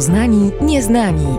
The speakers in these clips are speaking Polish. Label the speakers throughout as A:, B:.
A: Poznani Nieznani.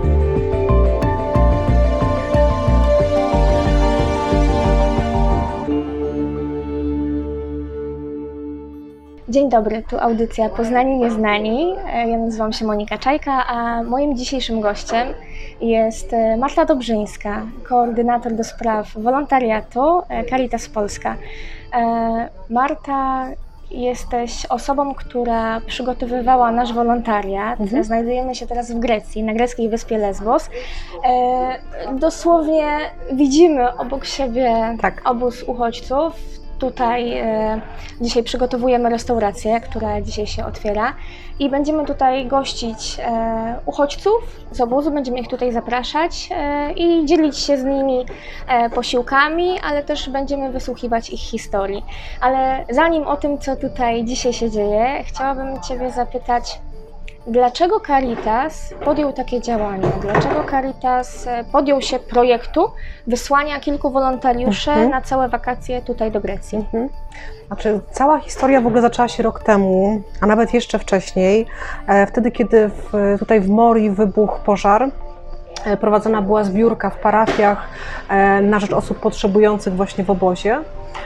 B: Dzień dobry, tu audycja Poznani Nieznani. Ja nazywam się Monika Czajka, a moim dzisiejszym gościem jest Marta Dobrzyńska, koordynator do spraw wolontariatu Caritas Polska. Marta, jesteś osobą, która przygotowywała nasz wolontariat. Znajdujemy się teraz w Grecji, na greckiej wyspie Lesbos. Dosłownie widzimy obok siebie obóz uchodźców. Tutaj dzisiaj przygotowujemy restaurację, która dzisiaj się otwiera i będziemy tutaj gościć uchodźców z obozu, będziemy ich tutaj zapraszać i dzielić się z nimi posiłkami, ale też będziemy wysłuchiwać ich historii. Ale zanim o tym, co tutaj dzisiaj się dzieje, chciałabym Ciebie zapytać, dlaczego Caritas podjął takie działania? Dlaczego Caritas podjął się projektu wysłania kilku wolontariuszy na całe wakacje tutaj do Grecji?
C: Znaczy, cała historia w ogóle zaczęła się rok temu, a nawet jeszcze wcześniej, wtedy kiedy tutaj w Morii wybuchł pożar. Prowadzona była zbiórka w parafiach na rzecz osób potrzebujących właśnie w obozie.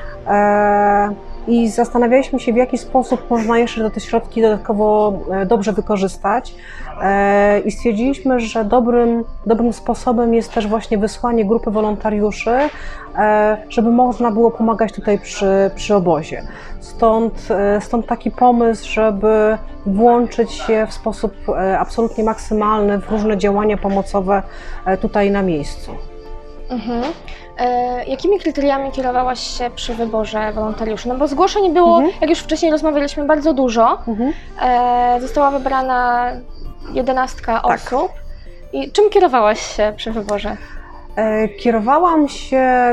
C: I zastanawialiśmy się, w jaki sposób można jeszcze te środki dodatkowo dobrze wykorzystać i stwierdziliśmy, że dobrym sposobem jest też właśnie wysłanie grupy wolontariuszy, żeby można było pomagać tutaj przy obozie. Stąd taki pomysł, żeby włączyć się w sposób absolutnie maksymalny w różne działania pomocowe tutaj na miejscu.
B: Jakimi kryteriami kierowałaś się przy wyborze wolontariuszy? No bo zgłoszeń było, jak już wcześniej rozmawialiśmy, bardzo dużo. Została wybrana 11 osób. I czym kierowałaś się przy wyborze?
C: Kierowałam się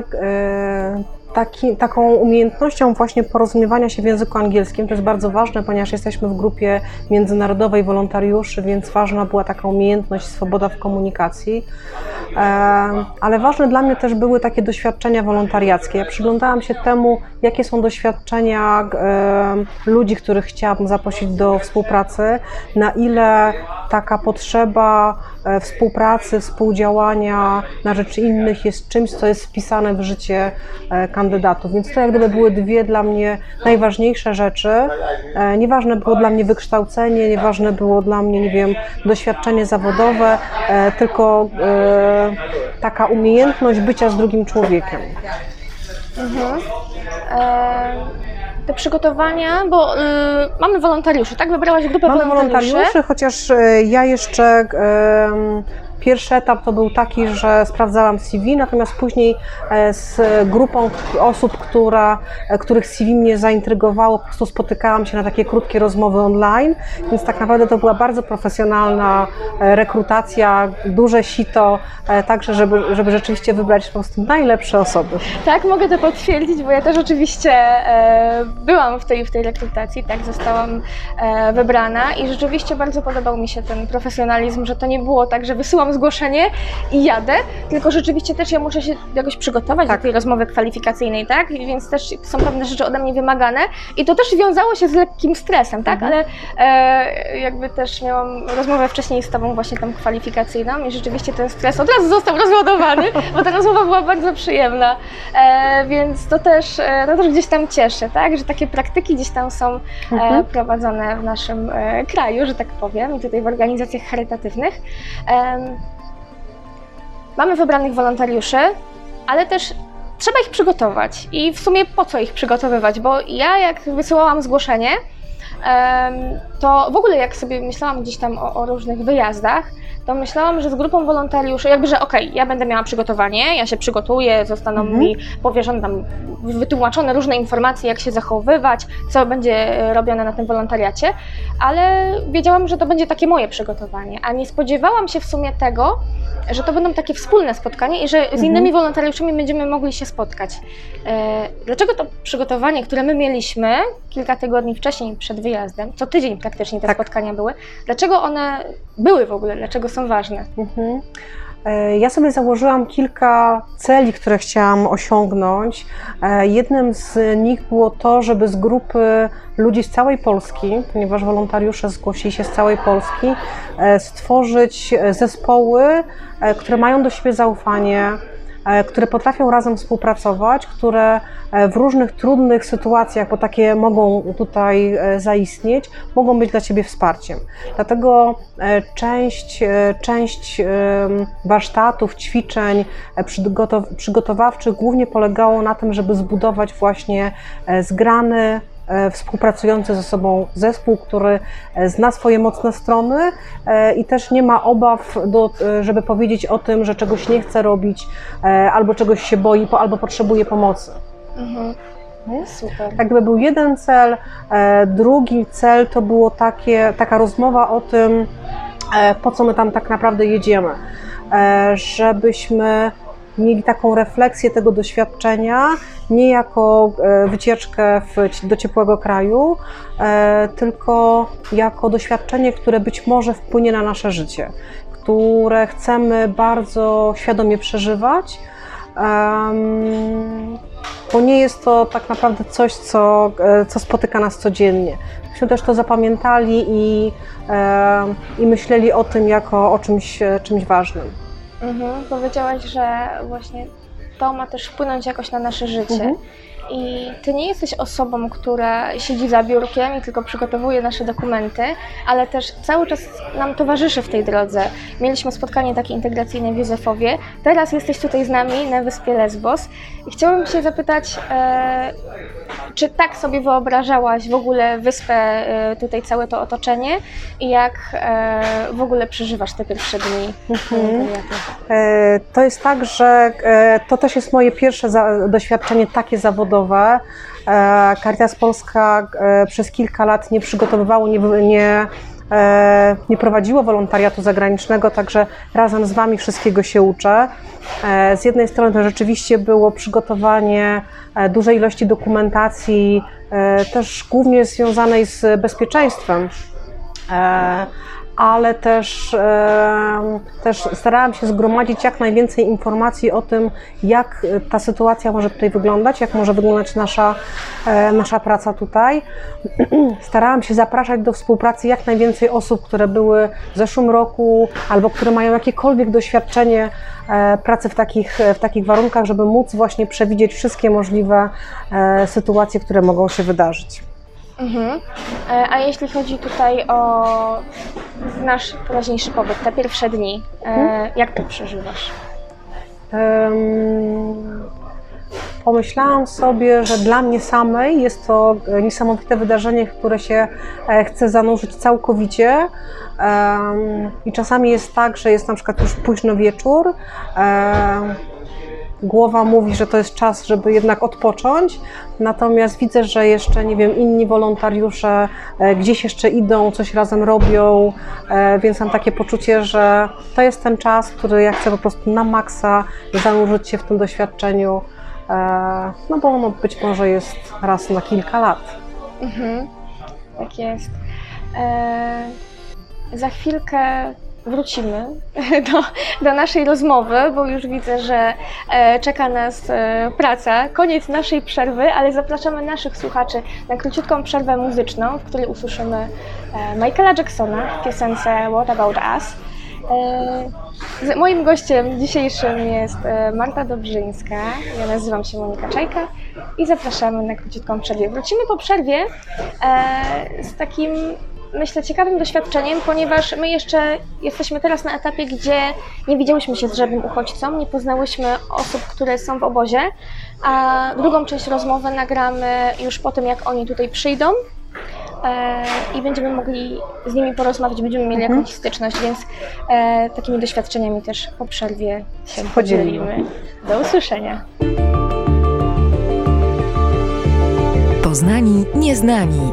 C: taką umiejętnością właśnie porozumiewania się w języku angielskim. To jest bardzo ważne, ponieważ jesteśmy w grupie międzynarodowej wolontariuszy, więc ważna była taka umiejętność, swoboda w komunikacji. Ale ważne dla mnie też były takie doświadczenia wolontariackie. Ja przyglądałam się temu, jakie są doświadczenia ludzi, których chciałabym zaprosić do współpracy, na ile taka potrzeba współpracy, współdziałania na rzecz innych jest czymś, co jest wpisane w życie kandydatów. Więc to jak gdyby były dwie dla mnie najważniejsze rzeczy. Nieważne było dla mnie wykształcenie, nieważne było dla mnie, nie wiem, doświadczenie zawodowe, tylko taka umiejętność bycia z drugim człowiekiem.
B: Te przygotowania, bo mamy wolontariuszy, tak? Wybrałaś grupę
C: wolontariuszy, chociaż ja jeszcze pierwszy etap to był taki, że sprawdzałam CV, natomiast później z grupą osób, których CV mnie zaintrygowało, po prostu spotykałam się na takie krótkie rozmowy online, więc tak naprawdę to była bardzo profesjonalna rekrutacja, duże sito, także żeby rzeczywiście wybrać po prostu najlepsze osoby.
B: Tak, mogę to potwierdzić, bo ja też oczywiście byłam w tej rekrutacji, tak, zostałam wybrana i rzeczywiście bardzo podobał mi się ten profesjonalizm, że to nie było tak, że wysyłam zgłoszenie i jadę, tylko rzeczywiście też ja muszę się jakoś przygotować do tej rozmowy kwalifikacyjnej, tak? Więc też są pewne rzeczy ode mnie wymagane i to też wiązało się z lekkim stresem, tak? Ale jakby też miałam rozmowę wcześniej z Tobą właśnie tą kwalifikacyjną i rzeczywiście ten stres od razu został rozładowany, bo ta rozmowa była bardzo przyjemna, więc to też gdzieś tam cieszy, tak? Że takie praktyki gdzieś tam są prowadzone w naszym kraju, że tak powiem, i tutaj w organizacjach charytatywnych. Mamy wybranych wolontariuszy, ale też trzeba ich przygotować i w sumie po co ich przygotowywać, bo ja jak wysyłałam zgłoszenie, to w ogóle jak sobie myślałam gdzieś tam o różnych wyjazdach, to myślałam, że z grupą wolontariuszy, jakby, że okej, ja będę miała przygotowanie, ja się przygotuję, zostaną mi powierzone tam, wytłumaczone różne informacje, jak się zachowywać, co będzie robione na tym wolontariacie, ale wiedziałam, że to będzie takie moje przygotowanie, a nie spodziewałam się w sumie tego, że to będą takie wspólne spotkania i że z innymi wolontariuszami będziemy mogli się spotkać. Dlaczego to przygotowanie, które my mieliśmy kilka tygodni wcześniej przed wyjazdem, co tydzień praktycznie te spotkania były, dlaczego one były w ogóle, dlaczego są ważne?
C: Ja sobie założyłam kilka celi, które chciałam osiągnąć. Jednym z nich było to, żeby z grupy ludzi z całej Polski, ponieważ wolontariusze zgłosili się z całej Polski, stworzyć zespoły, które mają do siebie zaufanie, które potrafią razem współpracować, które w różnych trudnych sytuacjach, bo takie mogą tutaj zaistnieć, mogą być dla Ciebie wsparciem. Dlatego część warsztatów, ćwiczeń przygotowawczych głównie polegało na tym, żeby zbudować właśnie zgrany, współpracujący ze sobą zespół, który zna swoje mocne strony i też nie ma obaw, żeby powiedzieć o tym, że czegoś nie chce robić, albo czegoś się boi, albo potrzebuje pomocy.
B: Mhm. Super.
C: Tak by był jeden cel. Drugi cel to było taka rozmowa o tym, po co my tam tak naprawdę jedziemy. Żebyśmy mieli taką refleksję tego doświadczenia, nie jako wycieczkę do ciepłego kraju, tylko jako doświadczenie, które być może wpłynie na nasze życie, które chcemy bardzo świadomie przeżywać, bo nie jest to tak naprawdę coś, co spotyka nas codziennie. Myśmy też to zapamiętali i myśleli o tym jako o czymś ważnym.
B: Powiedziałaś, że właśnie to ma też wpłynąć jakoś na nasze życie. I Ty nie jesteś osobą, która siedzi za biurkiem i tylko przygotowuje nasze dokumenty, ale też cały czas nam towarzyszy w tej drodze. Mieliśmy spotkanie takie integracyjne w Józefowie, teraz jesteś tutaj z nami na wyspie Lesbos. I chciałabym Cię zapytać, czy tak sobie wyobrażałaś w ogóle wyspę, tutaj całe to otoczenie i jak w ogóle przeżywasz te pierwsze dni?
C: To jest tak, że to też jest moje pierwsze doświadczenie takie zawodowe. Caritas Polska przez kilka lat nie przygotowywało, nie prowadziło wolontariatu zagranicznego, także razem z Wami wszystkiego się uczę. Z jednej strony to rzeczywiście było przygotowanie dużej ilości dokumentacji, też głównie związanej z bezpieczeństwem, ale też starałam się zgromadzić jak najwięcej informacji o tym, jak ta sytuacja może tutaj wyglądać, jak może wyglądać nasza praca tutaj. Starałam się zapraszać do współpracy jak najwięcej osób, które były w zeszłym roku albo które mają jakiekolwiek doświadczenie pracy w takich warunkach, żeby móc właśnie przewidzieć wszystkie możliwe sytuacje, które mogą się wydarzyć.
B: A jeśli chodzi tutaj o nasz teraźniejszy pobyt, te pierwsze dni, jak to przeżywasz?
C: Pomyślałam sobie, że dla mnie samej jest to niesamowite wydarzenie, w które się chcę zanurzyć całkowicie. I czasami jest tak, że jest na przykład już późno wieczór, głowa mówi, że to jest czas, żeby jednak odpocząć, natomiast widzę, że jeszcze, nie wiem, inni wolontariusze gdzieś jeszcze idą, coś razem robią, więc mam takie poczucie, że to jest ten czas, który ja chcę po prostu na maksa zanurzyć się w tym doświadczeniu, no bo ono być może jest raz na kilka lat.
B: Tak jest. Za chwilkę wrócimy do naszej rozmowy, bo już widzę, że czeka nas praca, koniec naszej przerwy, ale zapraszamy naszych słuchaczy na króciutką przerwę muzyczną, w której usłyszymy Michaela Jacksona w piosence What About Us. Moim gościem dzisiejszym jest Marta Dobrzyńska, ja nazywam się Monika Czajka i zapraszamy na króciutką przerwę. Wrócimy po przerwie z takim, myślę, ciekawym doświadczeniem, ponieważ my jeszcze jesteśmy teraz na etapie, gdzie nie widziałyśmy się z żadnym uchodźcą, nie poznałyśmy osób, które są w obozie, a drugą część rozmowy nagramy już po tym, jak oni tutaj przyjdą i będziemy mogli z nimi porozmawiać, będziemy mieli jakąś styczność, więc takimi doświadczeniami też po przerwie się podzielimy. Do usłyszenia.
A: Poznani nieznani.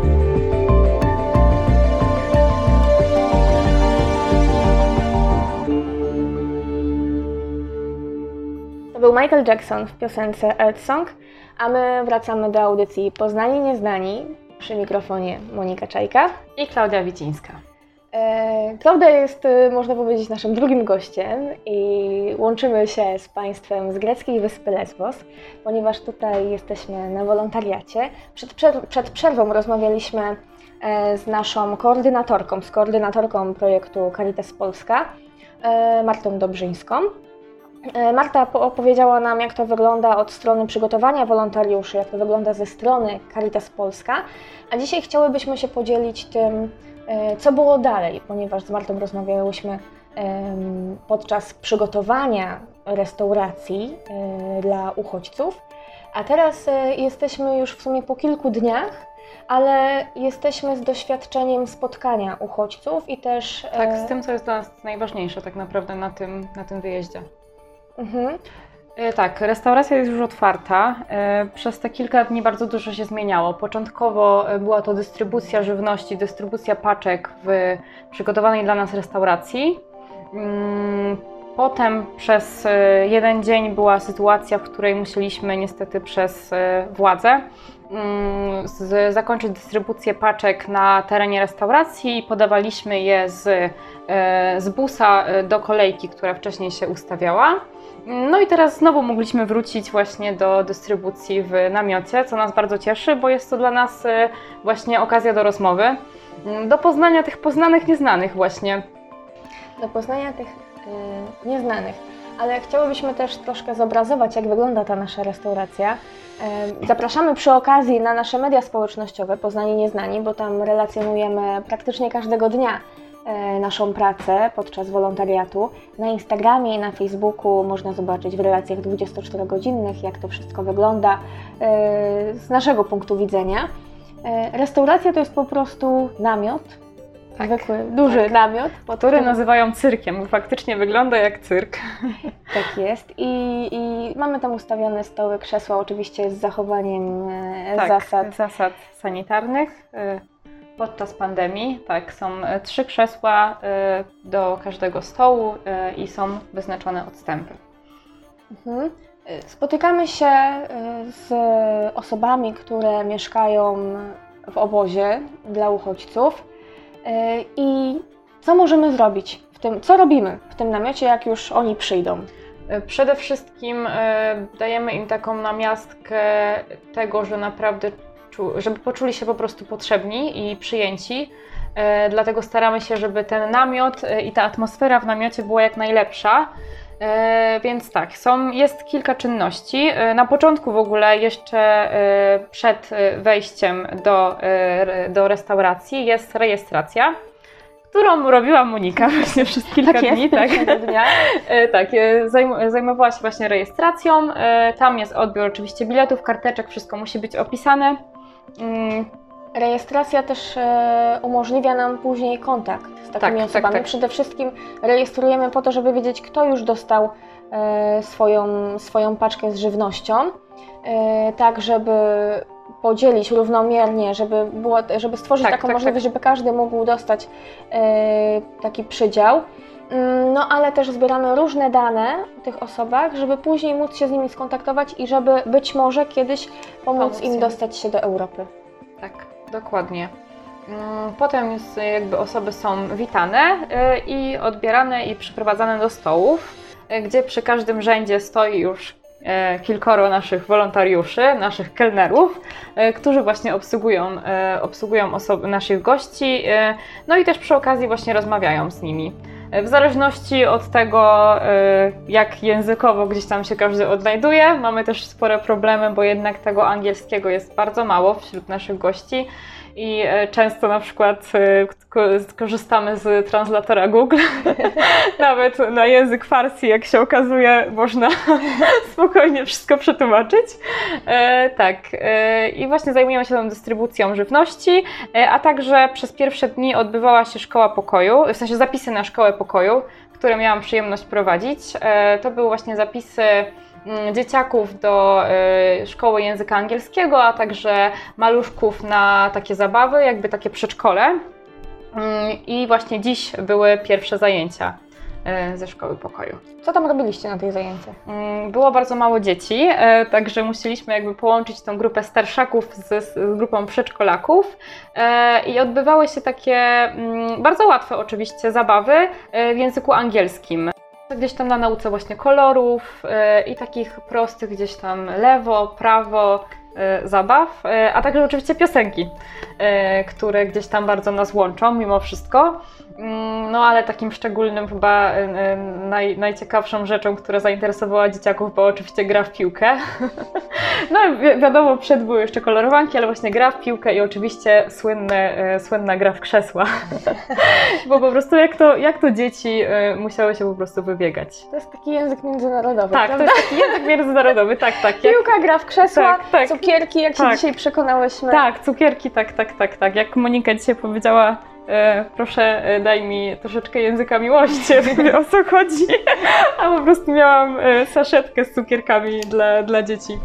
B: To był Michael Jackson w piosence Earth Song, a my wracamy do audycji Poznani Nieznani. Przy mikrofonie Monika Czajka
D: i Klaudia Wicińska.
B: Klaudia jest, można powiedzieć, naszym drugim gościem i łączymy się z Państwem z greckiej wyspy Lesbos, ponieważ tutaj jesteśmy na wolontariacie. Przed przerwą rozmawialiśmy z naszą koordynatorką projektu Caritas Polska, Martą Dobrzyńską. Marta opowiedziała nam, jak to wygląda od strony przygotowania wolontariuszy, jak to wygląda ze strony Caritas Polska, a dzisiaj chciałybyśmy się podzielić tym, co było dalej, ponieważ z Martą rozmawiałyśmy podczas przygotowania restauracji dla uchodźców, a teraz jesteśmy już w sumie po kilku dniach, ale jesteśmy z doświadczeniem spotkania uchodźców i też...
A: Tak, z tym, co jest dla nas najważniejsze tak naprawdę na tym wyjeździe.
B: Mhm.
A: Tak, restauracja jest już otwarta. Przez te kilka dni bardzo dużo się zmieniało. Początkowo była to dystrybucja żywności, dystrybucja paczek w przygotowanej dla nas restauracji. Potem przez jeden dzień była sytuacja, w której musieliśmy niestety przez władze zakończyć dystrybucję paczek na terenie restauracji i podawaliśmy je z busa do kolejki, która wcześniej się ustawiała. No i teraz znowu mogliśmy wrócić właśnie do dystrybucji w namiocie, co nas bardzo cieszy, bo jest to dla nas właśnie okazja do rozmowy, do poznania tych poznanych nieznanych właśnie.
B: Do poznania tych nieznanych, ale chciałybyśmy też troszkę zobrazować, jak wygląda ta nasza restauracja. Zapraszamy przy okazji na nasze media społecznościowe Poznani Nieznani, bo tam relacjonujemy praktycznie każdego dnia naszą pracę podczas wolontariatu. Na Instagramie i na Facebooku można zobaczyć w relacjach 24-godzinnych, jak to wszystko wygląda z naszego punktu widzenia. Restauracja to jest po prostu namiot, zwykły, duży namiot,
A: który nazywają cyrkiem, bo faktycznie wygląda jak cyrk.
B: Tak jest i mamy tam ustawione stoły, krzesła, oczywiście z zachowaniem
A: zasad sanitarnych. Podczas pandemii, tak, są 3 krzesła do każdego stołu i są wyznaczone odstępy.
B: Mhm. Spotykamy się z osobami, które mieszkają w obozie dla uchodźców i co możemy zrobić w tym, co robimy w tym namiocie, jak już oni przyjdą?
A: Przede wszystkim dajemy im taką namiastkę tego, że naprawdę żeby poczuli się po prostu potrzebni i przyjęci. Dlatego staramy się, żeby ten namiot i ta atmosfera w namiocie była jak najlepsza. Więc tak, jest kilka czynności. Na początku w ogóle, jeszcze przed wejściem do restauracji jest rejestracja, którą robiła Monika właśnie przez kilka dni.
B: Dnia.
A: Tak, zajmowała się właśnie rejestracją. Tam jest odbiór oczywiście biletów, karteczek, wszystko musi być opisane.
B: Rejestracja też umożliwia nam później kontakt z takimi osobami.
A: Tak.
B: Przede wszystkim rejestrujemy po to, żeby wiedzieć, kto już dostał swoją paczkę z żywnością, tak żeby podzielić równomiernie, żeby stworzyć taką możliwość, żeby każdy mógł dostać taki przydział. No ale też zbieramy różne dane o tych osobach, żeby później móc się z nimi skontaktować i żeby być może kiedyś pomóc im dostać się do Europy.
A: Tak, dokładnie. Potem już jakby osoby są witane i odbierane i przyprowadzane do stołów, gdzie przy każdym rzędzie stoi już kilkoro naszych wolontariuszy, naszych kelnerów, którzy właśnie obsługują osoby, naszych gości, no i też przy okazji właśnie rozmawiają z nimi. W zależności od tego, jak językowo gdzieś tam się każdy odnajduje, mamy też spore problemy, bo jednak tego angielskiego jest bardzo mało wśród naszych gości i często na przykład korzystamy z translatora Google. Nawet na język farsi, jak się okazuje, można spokojnie wszystko przetłumaczyć. I właśnie zajmujemy się tą dystrybucją żywności, a także przez pierwsze dni odbywała się szkoła pokoju, w sensie zapisy na szkołę pokoju, które miałam przyjemność prowadzić. To były właśnie zapisy dzieciaków do szkoły języka angielskiego, a także maluszków na takie zabawy, jakby takie przedszkole. I właśnie dziś były pierwsze zajęcia ze szkoły pokoju.
B: Co tam robiliście na tych zajęciach?
A: Było bardzo mało dzieci, także musieliśmy jakby połączyć tą grupę starszaków z grupą przedszkolaków i odbywały się takie bardzo łatwe oczywiście zabawy w języku angielskim. Gdzieś tam na nauce właśnie kolorów i takich prostych gdzieś tam lewo, prawo zabaw, a także oczywiście piosenki, które gdzieś tam bardzo nas łączą mimo wszystko. No ale takim szczególnym chyba najciekawszą rzeczą, która zainteresowała dzieciaków, była oczywiście gra w piłkę. No wiadomo, były jeszcze kolorowanki, ale właśnie gra w piłkę i oczywiście słynna gra w krzesła. Bo po prostu jak to dzieci musiały się po prostu wybiegać.
B: To jest taki język międzynarodowy,
A: tak,
B: prawda?
A: To jest taki język międzynarodowy, tak.
B: Piłka, gra w krzesła,
A: tak,
B: cukierki, jak się dzisiaj przekonałyśmy.
A: Tak, cukierki, tak. Jak Monika dzisiaj powiedziała, proszę daj mi troszeczkę języka miłości, mówię, o co chodzi, a po prostu miałam saszetkę z cukierkami dla dzieci.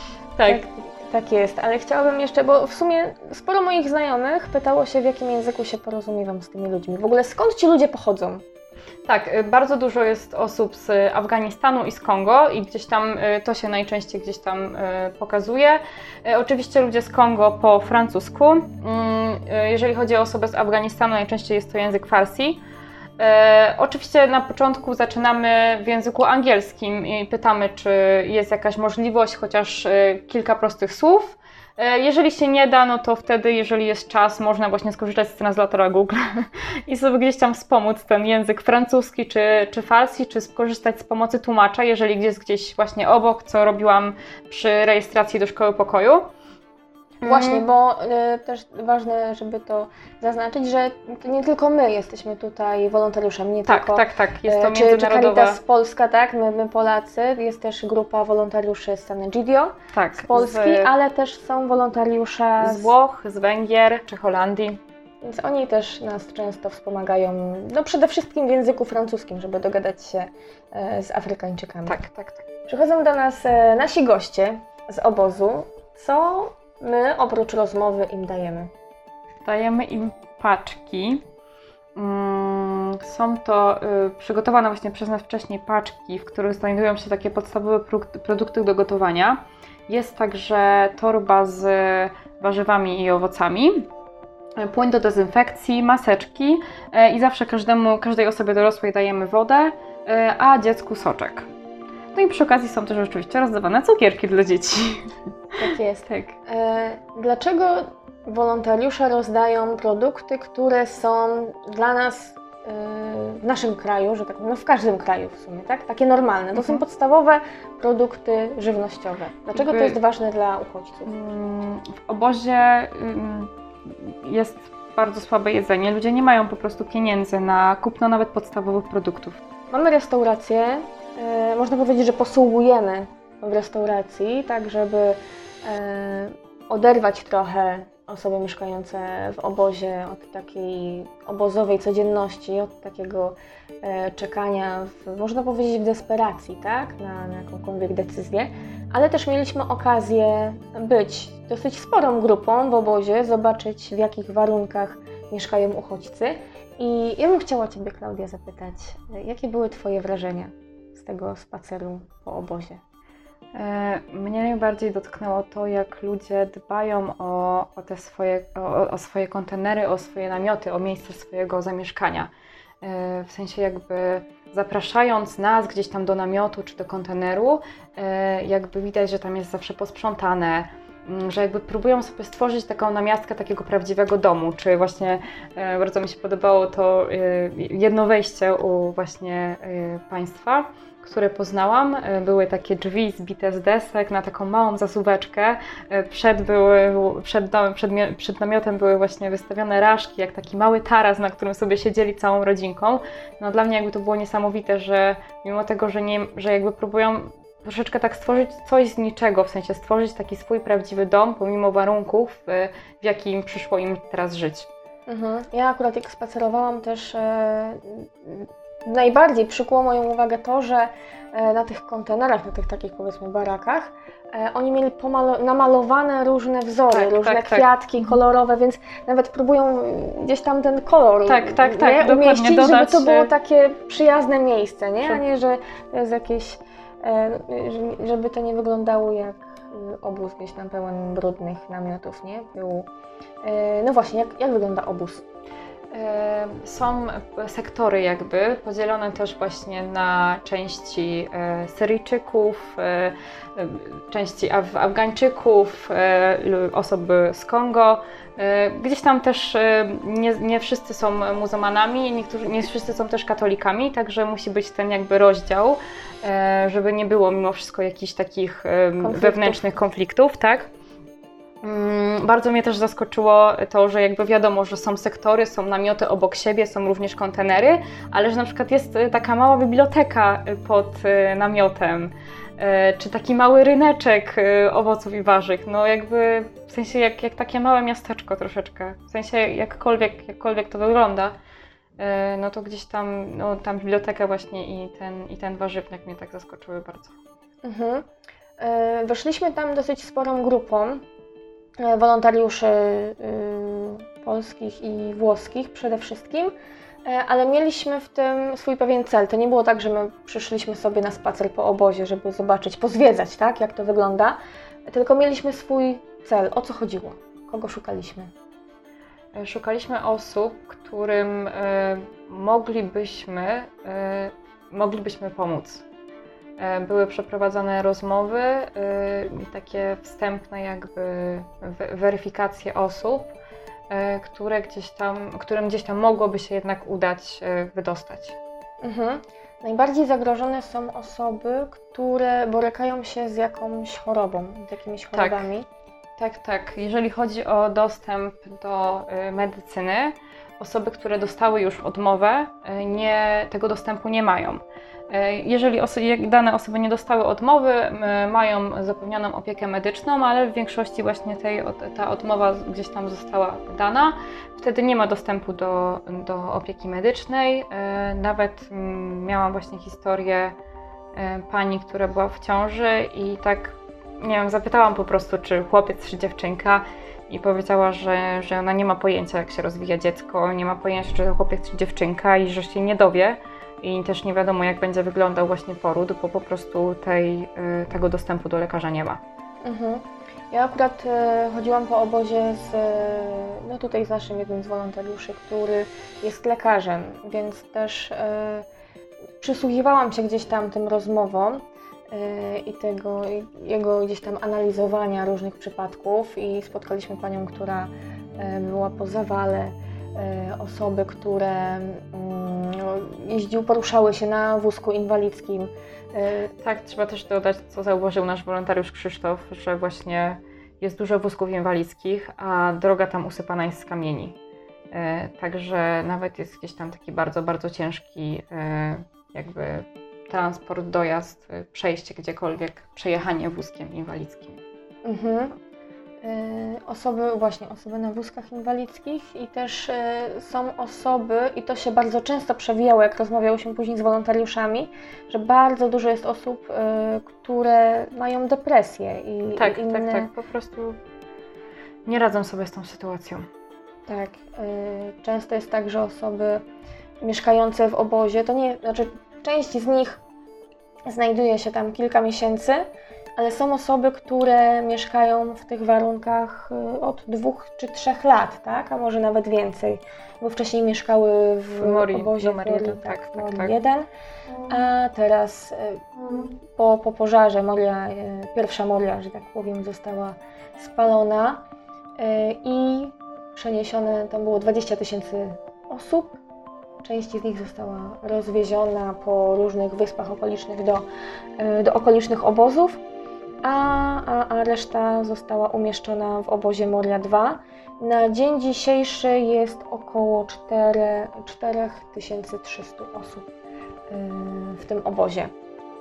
B: Tak jest, ale chciałabym jeszcze, bo w sumie sporo moich znajomych pytało się, w jakim języku się porozumiewam z tymi ludźmi. W ogóle skąd ci ludzie pochodzą?
A: Tak, bardzo dużo jest osób z Afganistanu i z Kongo i gdzieś tam to się najczęściej gdzieś tam pokazuje. Oczywiście ludzie z Kongo po francusku. Jeżeli chodzi o osobę z Afganistanu, najczęściej jest to język farsi. Oczywiście na początku zaczynamy w języku angielskim i pytamy, czy jest jakaś możliwość, chociaż kilka prostych słów. Jeżeli się nie da, no to wtedy, jeżeli jest czas, można właśnie skorzystać z translatora Google i sobie gdzieś tam wspomóc ten język francuski czy farsi, czy skorzystać z pomocy tłumacza, jeżeli jest gdzieś właśnie obok, co robiłam przy rejestracji do szkoły pokoju.
B: Właśnie, bo też ważne, żeby to zaznaczyć, że nie tylko my jesteśmy tutaj wolontariuszami, nie tylko
A: jest to
B: czy Caritas Polska, tak, my Polacy, jest też grupa wolontariuszy z San Egidio, z Polski, ale też są wolontariusze
A: z Włoch, z Węgier czy Holandii.
B: Więc oni też nas często wspomagają, no przede wszystkim w języku francuskim, żeby dogadać się z Afrykańczykami.
A: Tak.
B: Przychodzą do nas nasi goście z obozu, co my oprócz rozmowy im dajemy?
A: Dajemy im paczki. Są to przygotowane właśnie przez nas wcześniej paczki, w których znajdują się takie podstawowe produkty do gotowania. Jest także torba z warzywami i owocami, płyn do dezynfekcji, maseczki i zawsze każdej osobie dorosłej dajemy wodę, a dziecku soczek. No i przy okazji są też oczywiście rozdawane cukierki dla dzieci.
B: Tak jest.
A: Tak.
B: Dlaczego wolontariusze rozdają produkty, które są dla nas w naszym kraju, że tak powiem, no w każdym kraju w sumie, tak? Takie normalne. To są podstawowe produkty żywnościowe. Dlaczego to jest ważne dla uchodźców?
A: W obozie jest bardzo słabe jedzenie. Ludzie nie mają po prostu pieniędzy na kupno nawet podstawowych produktów.
B: Mamy restaurację. Można powiedzieć, że posługujemy w restauracji, tak żeby oderwać trochę osoby mieszkające w obozie od takiej obozowej codzienności, od takiego czekania, można powiedzieć, w desperacji, tak? na jakąkolwiek decyzję. Ale też mieliśmy okazję być dosyć sporą grupą w obozie, zobaczyć, w jakich warunkach mieszkają uchodźcy. I ja bym chciała Ciebie, Klaudia, zapytać, jakie były Twoje wrażenia z tego spaceru po obozie?
A: Mnie najbardziej dotknęło to, jak ludzie dbają o swoje kontenery, o swoje namioty, o miejsce swojego zamieszkania. W sensie jakby zapraszając nas gdzieś tam do namiotu czy do konteneru, jakby widać, że tam jest zawsze posprzątane, że jakby próbują sobie stworzyć taką namiastkę takiego prawdziwego domu, czy właśnie bardzo mi się podobało to jedno wejście u właśnie Państwa, które były takie drzwi zbite z desek na taką małą zasuweczkę. Przed namiotem były właśnie wystawione raszki, jak taki mały taras, na którym sobie siedzieli całą rodzinką. No dla mnie jakby to było niesamowite, że mimo tego, że jakby próbują troszeczkę tak stworzyć coś z niczego, w sensie stworzyć taki swój prawdziwy dom, pomimo warunków, w jakim przyszło im teraz żyć.
B: Ja akurat jak spacerowałam też najbardziej przykuło moją uwagę to, że na tych kontenerach, na tych takich powiedzmy barakach, oni mieli namalowane różne wzory, różne kwiatki kolorowe, więc nawet próbują gdzieś tam ten kolor umieścić, dodać, żeby to było takie przyjazne miejsce, nie? A nie, że to jest jakieś, żeby to nie wyglądało jak obóz gdzieś tam pełen brudnych namiotów, nie? No właśnie, jak wygląda obóz?
A: Są sektory jakby podzielone też właśnie na części Syryjczyków, części Afgańczyków, osoby z Kongo. Gdzieś tam też nie wszyscy są muzułmanami, nie wszyscy są też katolikami, także musi być ten jakby rozdział, żeby nie było mimo wszystko jakichś takich wewnętrznych konfliktów, tak? Bardzo mnie też zaskoczyło to, że jakby wiadomo, że są sektory, są namioty obok siebie, są również kontenery, ale że na przykład jest taka mała biblioteka pod namiotem, czy taki mały ryneczek owoców i warzyw, no jakby w sensie jak takie małe miasteczko troszeczkę, w sensie jakkolwiek to wygląda, no to gdzieś tam, no tam biblioteka właśnie i ten warzywniak mnie tak zaskoczyły bardzo.
B: Weszliśmy tam dosyć sporą grupą wolontariuszy polskich i włoskich przede wszystkim, ale mieliśmy w tym swój pewien cel. To nie było tak, że my przyszliśmy sobie na spacer po obozie, żeby zobaczyć, pozwiedzać, tak, jak to wygląda, tylko mieliśmy swój cel. O co chodziło? Kogo szukaliśmy?
A: Szukaliśmy osób, którym moglibyśmy pomóc. Były przeprowadzane rozmowy, takie wstępne jakby weryfikacje osób, którym gdzieś tam mogłoby się jednak udać wydostać.
B: Najbardziej zagrożone są osoby, które borykają się z jakąś chorobą, z jakimiś chorobami.
A: Tak. Jeżeli chodzi o dostęp do medycyny, osoby, które dostały już odmowę, tego dostępu nie mają. Jeżeli dane osoby nie dostały odmowy, mają zapewnioną opiekę medyczną, ale w większości właśnie ta odmowa gdzieś tam została dana, wtedy nie ma dostępu do opieki medycznej. Nawet miałam właśnie historię pani, która była w ciąży i tak, nie wiem, zapytałam po prostu, czy chłopiec, czy dziewczynka, i powiedziała, że ona nie ma pojęcia, jak się rozwija dziecko, nie ma pojęcia, czy to chłopiec, czy dziewczynka i że się nie dowie. I też nie wiadomo, jak będzie wyglądał właśnie poród, bo po prostu tego dostępu do lekarza nie ma.
B: Ja akurat chodziłam po obozie tutaj z naszym jednym z wolontariuszy, który jest lekarzem, więc też przysłuchiwałam się gdzieś tam tym rozmowom i jego gdzieś tam analizowania różnych przypadków i spotkaliśmy panią, która była po zawale, osoby, które poruszały się na wózku inwalidzkim.
A: Tak, trzeba też dodać, co zauważył nasz wolontariusz Krzysztof, że właśnie jest dużo wózków inwalidzkich, a droga tam usypana jest z kamieni. Także nawet jest gdzieś tam taki bardzo, bardzo ciężki jakby transport, dojazd, przejście gdziekolwiek, przejechanie wózkiem inwalidzkim.
B: Osoby na wózkach inwalidzkich i też są osoby, i to się bardzo często przewijało, jak rozmawiałyśmy później z wolontariuszami, że bardzo dużo jest osób, które mają depresję i
A: tak,
B: inne...
A: Tak, po prostu nie radzą sobie z tą sytuacją.
B: Tak, często jest tak, że osoby mieszkające w obozie, część z nich znajduje się tam kilka miesięcy, ale są osoby, które mieszkają w tych warunkach od 2 czy 3 lat, tak? A może nawet więcej, bo wcześniej mieszkały w obozie
A: numer 1, tak.
B: 1, a teraz po pożarze pierwsza Moria, że tak powiem, została spalona i przeniesione, tam było 20 000 osób. Część z nich została rozwieziona po różnych wyspach okolicznych do okolicznych obozów, a reszta została umieszczona w obozie Moria 2. Na dzień dzisiejszy jest około 4300 osób w tym obozie.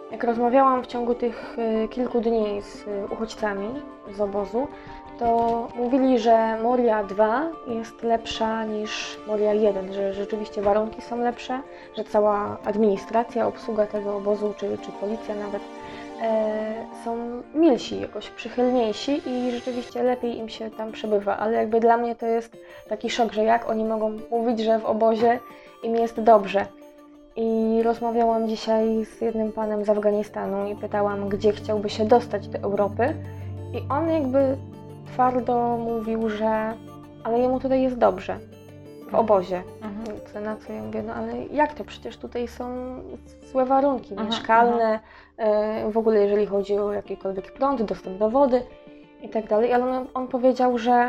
B: jak rozmawiałam w ciągu tych kilku dni z uchodźcami z obozu, to mówili, że Moria 2 jest lepsza niż Moria 1, że rzeczywiście warunki są lepsze, że cała administracja, obsługa tego obozu, czy policja nawet są milsi, jakoś przychylniejsi i rzeczywiście lepiej im się tam przebywa, ale jakby dla mnie to jest taki szok, że jak oni mogą mówić, że w obozie im jest dobrze. I rozmawiałam dzisiaj z jednym panem z Afganistanu i pytałam, gdzie chciałby się dostać do Europy i on jakby twardo mówił, że ale jemu tutaj jest dobrze, w obozie. Na co ja mówię, no ale jak to? Przecież tutaj są złe warunki mieszkalne, w ogóle jeżeli chodzi o jakikolwiek prąd, dostęp do wody i tak dalej, ale on powiedział, że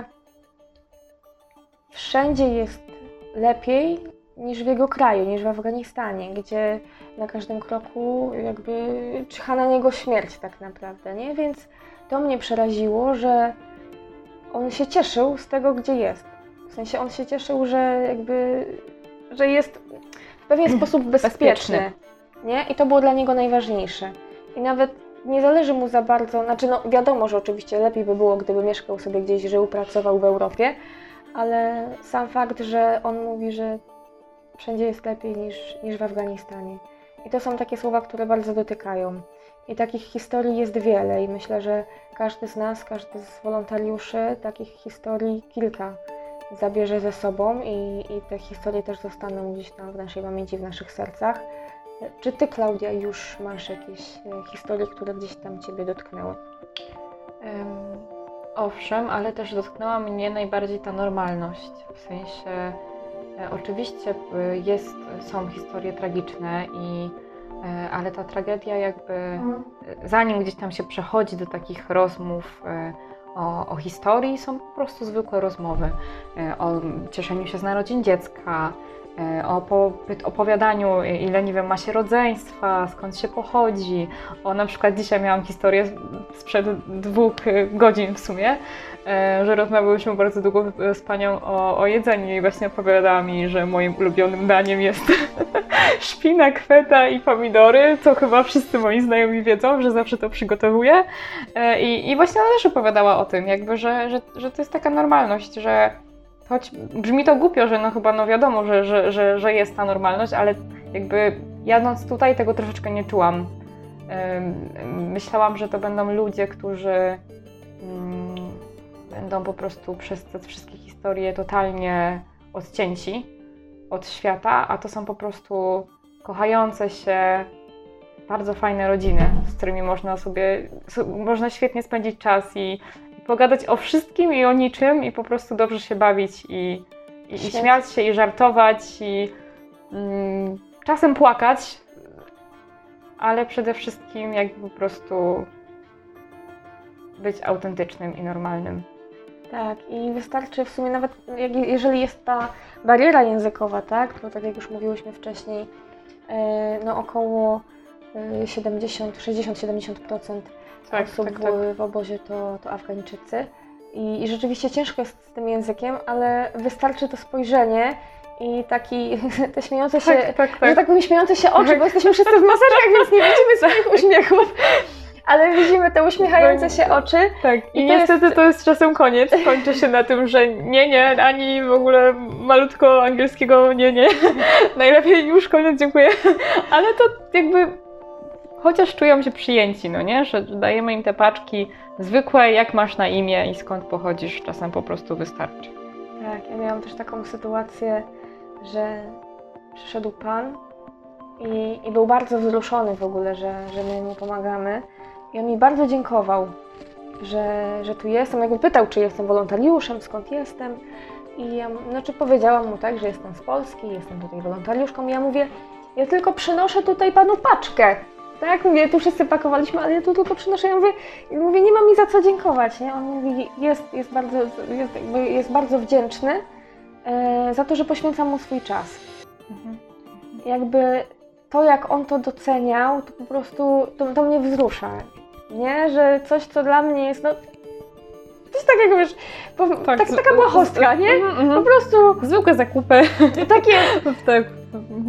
B: wszędzie jest lepiej niż w jego kraju, niż w Afganistanie, gdzie na każdym kroku jakby czyha na niego śmierć tak naprawdę, nie? Więc to mnie przeraziło, że on się cieszył z tego, gdzie jest. W sensie on się cieszył, że jest w pewien sposób bezpieczny, nie? I to było dla niego najważniejsze. I nawet nie zależy mu za bardzo, znaczy no wiadomo, że oczywiście lepiej by było, gdyby mieszkał sobie gdzieś, żył, pracował w Europie, ale sam fakt, że on mówi, że wszędzie jest lepiej niż w Afganistanie. I to są takie słowa, które bardzo dotykają. I takich historii jest wiele i myślę, że każdy z nas, każdy z wolontariuszy takich historii kilka zabierze ze sobą i te historie też zostaną gdzieś tam w naszej pamięci, w naszych sercach. Czy Ty, Klaudia, już masz jakieś historie, które gdzieś tam Ciebie dotknęły?
A: Owszem, ale też dotknęła mnie najbardziej ta normalność. W sensie, oczywiście są historie tragiczne, ale ta tragedia jakby, zanim gdzieś tam się przechodzi do takich rozmów o historii, są po prostu zwykłe rozmowy o cieszeniu się z narodzin dziecka, o opowiadaniu, ile nie wiem, ma się rodzeństwa, skąd się pochodzi. Na przykład dzisiaj miałam historię sprzed 2 godzin w sumie, że rozmawiałyśmy bardzo długo z panią o jedzeniu i właśnie opowiadała mi, że moim ulubionym daniem jest szpinak, feta i pomidory, co chyba wszyscy moi znajomi wiedzą, że zawsze to przygotowuję. I właśnie ona też opowiadała o tym, jakby, że to jest taka normalność, że choć brzmi to głupio, że no chyba no wiadomo, że jest ta normalność, ale jakby jadąc tutaj tego troszeczkę nie czułam. Myślałam, że to będą ludzie, którzy będą po prostu przez te wszystkie historie totalnie odcięci od świata, a to są po prostu kochające się, bardzo fajne rodziny, z którymi można świetnie spędzić czas i pogadać o wszystkim i o niczym i po prostu dobrze się bawić i śmiać się i żartować i czasem płakać, ale przede wszystkim jakby po prostu być autentycznym i normalnym.
B: Tak, i wystarczy w sumie nawet, jeżeli jest ta bariera językowa, tak, to tak jak już mówiłyśmy wcześniej, no około 60-70% osób w obozie to Afgańczycy. I rzeczywiście ciężko jest z tym językiem, ale wystarczy to spojrzenie i te śmiejące się, że tak powiem, śmiejące się oczy, bo jesteśmy wszyscy w maseczkach, więc nie widzimy swoich uśmiechów. Ale widzimy te uśmiechające się oczy. Tak, i
A: niestety to jest czasem koniec. Kończy się na tym, że nie, ani w ogóle malutko angielskiego nie. Najlepiej już koniec, dziękuję. Ale to jakby chociaż czują się przyjęci, no nie? Że dajemy im te paczki zwykłe, jak masz na imię i skąd pochodzisz, czasem po prostu wystarczy.
B: Tak, ja miałam też taką sytuację, że przyszedł pan i był bardzo wzruszony w ogóle, że my mu pomagamy. I on mi bardzo dziękował, że tu jestem. Jakby pytał, czy jestem wolontariuszem, skąd jestem. I ja powiedziałam mu tak, że jestem z Polski, jestem tutaj wolontariuszką. I ja mówię, ja tylko przynoszę tutaj panu paczkę. Tak, mówię, tu wszyscy pakowaliśmy, ale ja tu tylko przynoszę. Ja mówię, nie ma mi za co dziękować. Nie? On mówi, jest bardzo wdzięczny za to, że poświęcam mu swój czas. Jakby to, jak on to doceniał, to po prostu to mnie wzrusza, nie? Że coś, co dla mnie jest, no, coś takiego, wiesz, taka błahostka, nie? Po prostu...
A: Zwykłe zakupy.
B: Tak jest.
A: Tak.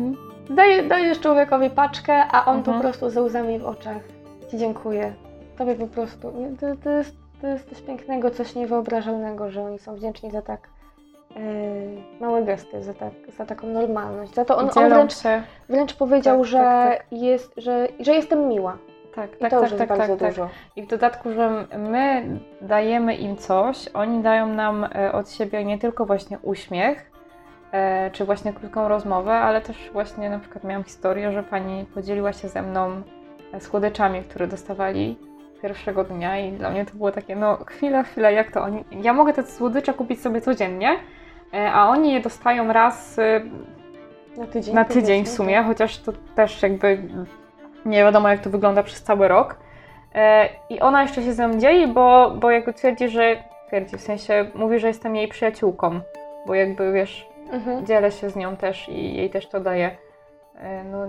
B: dajesz człowiekowi paczkę, a on po
A: Mhm.
B: prostu ze łzami w oczach Ci dziękuję. Tobie po prostu. To jest coś pięknego, coś niewyobrażalnego, że oni są wdzięczni za tak małe gesty, za taką normalność. Za to on
A: Dzielą
B: wręcz,
A: się.
B: wręcz powiedział,
A: Tak,
B: że,
A: tak.
B: że jestem miła.
A: Tak,
B: I to już jest bardzo dużo.
A: I w dodatku, że my dajemy im coś, oni dają nam od siebie nie tylko właśnie uśmiech, czy właśnie krótką rozmowę, ale też właśnie na przykład miałam historię, że pani podzieliła się ze mną słodyczami, które dostawali pierwszego dnia i dla mnie to było takie, no chwila, jak to oni... Ja mogę te słodycze kupić sobie codziennie, a oni je dostają raz na tydzień w sumie, chociaż to też jakby nie wiadomo jak to wygląda przez cały rok. I ona jeszcze się ze mną dzieli, bo jakby twierdzi, w sensie mówi, że jestem jej przyjaciółką, bo jakby wiesz, dzielę się z nią też i jej też to daje. No,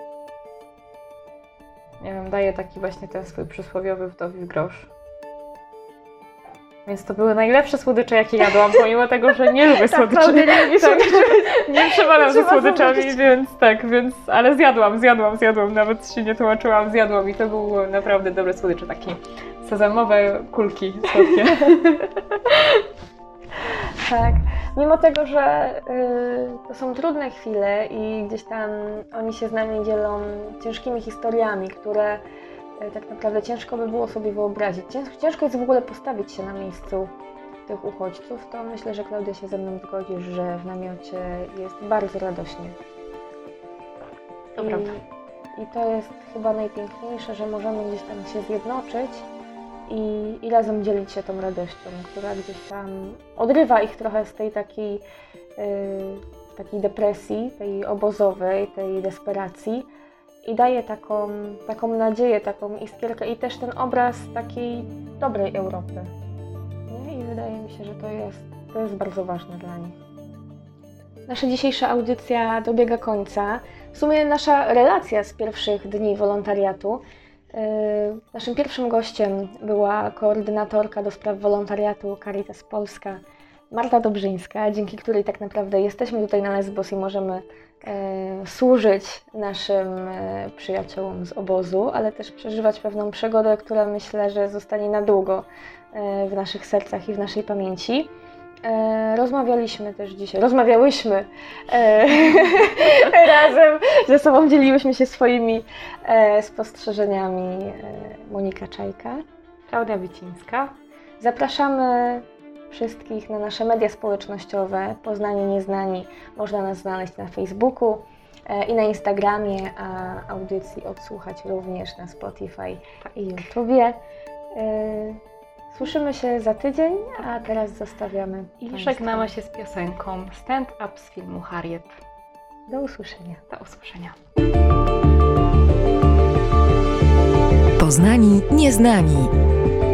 A: nie wiem, daje taki właśnie ten swój przysłowiowy wdowi grosz. Więc to były najlepsze słodycze, jakie jadłam, pomimo tego, że nie lubię słodyczy. Nie przewalam ze słodyczami, ale zjadłam, nawet się nie tłumaczyłam, zjadłam i to były naprawdę dobre słodycze, takie sezamowe kulki słodkie.
B: Tak, mimo tego, że to są trudne chwile i gdzieś tam oni się z nami dzielą ciężkimi historiami, które tak naprawdę ciężko by było sobie wyobrazić. Ciężko jest w ogóle postawić się na miejscu tych uchodźców, to myślę, że Klaudia się ze mną zgodzi, że w namiocie jest bardzo radośnie.
A: To prawda.
B: I to jest chyba najpiękniejsze, że możemy gdzieś tam się zjednoczyć i razem dzielić się tą radością, która gdzieś tam odrywa ich trochę z tej takiej depresji, tej obozowej, tej desperacji i daje taką nadzieję, taką iskierkę i też ten obraz takiej dobrej Europy. Nie? I wydaje mi się, że to jest bardzo ważne dla nich. Nasza dzisiejsza audycja dobiega końca. W sumie nasza relacja z pierwszych dni wolontariatu. Naszym pierwszym gościem była koordynatorka do spraw wolontariatu Caritas Polska, Marta Dobrzyńska, dzięki której tak naprawdę jesteśmy tutaj na Lesbos i możemy służyć naszym przyjaciołom z obozu, ale też przeżywać pewną przygodę, która myślę, że zostanie na długo w naszych sercach i w naszej pamięci. Rozmawiałyśmy razem ze sobą, dzieliłyśmy się swoimi spostrzeżeniami. Monika Czajka,
A: Klaudia Wicińska.
B: Zapraszamy wszystkich na nasze media społecznościowe Poznani Nieznani. Można nas znaleźć na Facebooku i na Instagramie, a audycji odsłuchać również na Spotify i YouTubie. Słyszymy się za tydzień, a teraz zostawiamy
A: I żegnamy się z piosenką Stand Up z filmu Harriet.
B: Do usłyszenia.
A: Do usłyszenia.
D: Poznani Nieznani.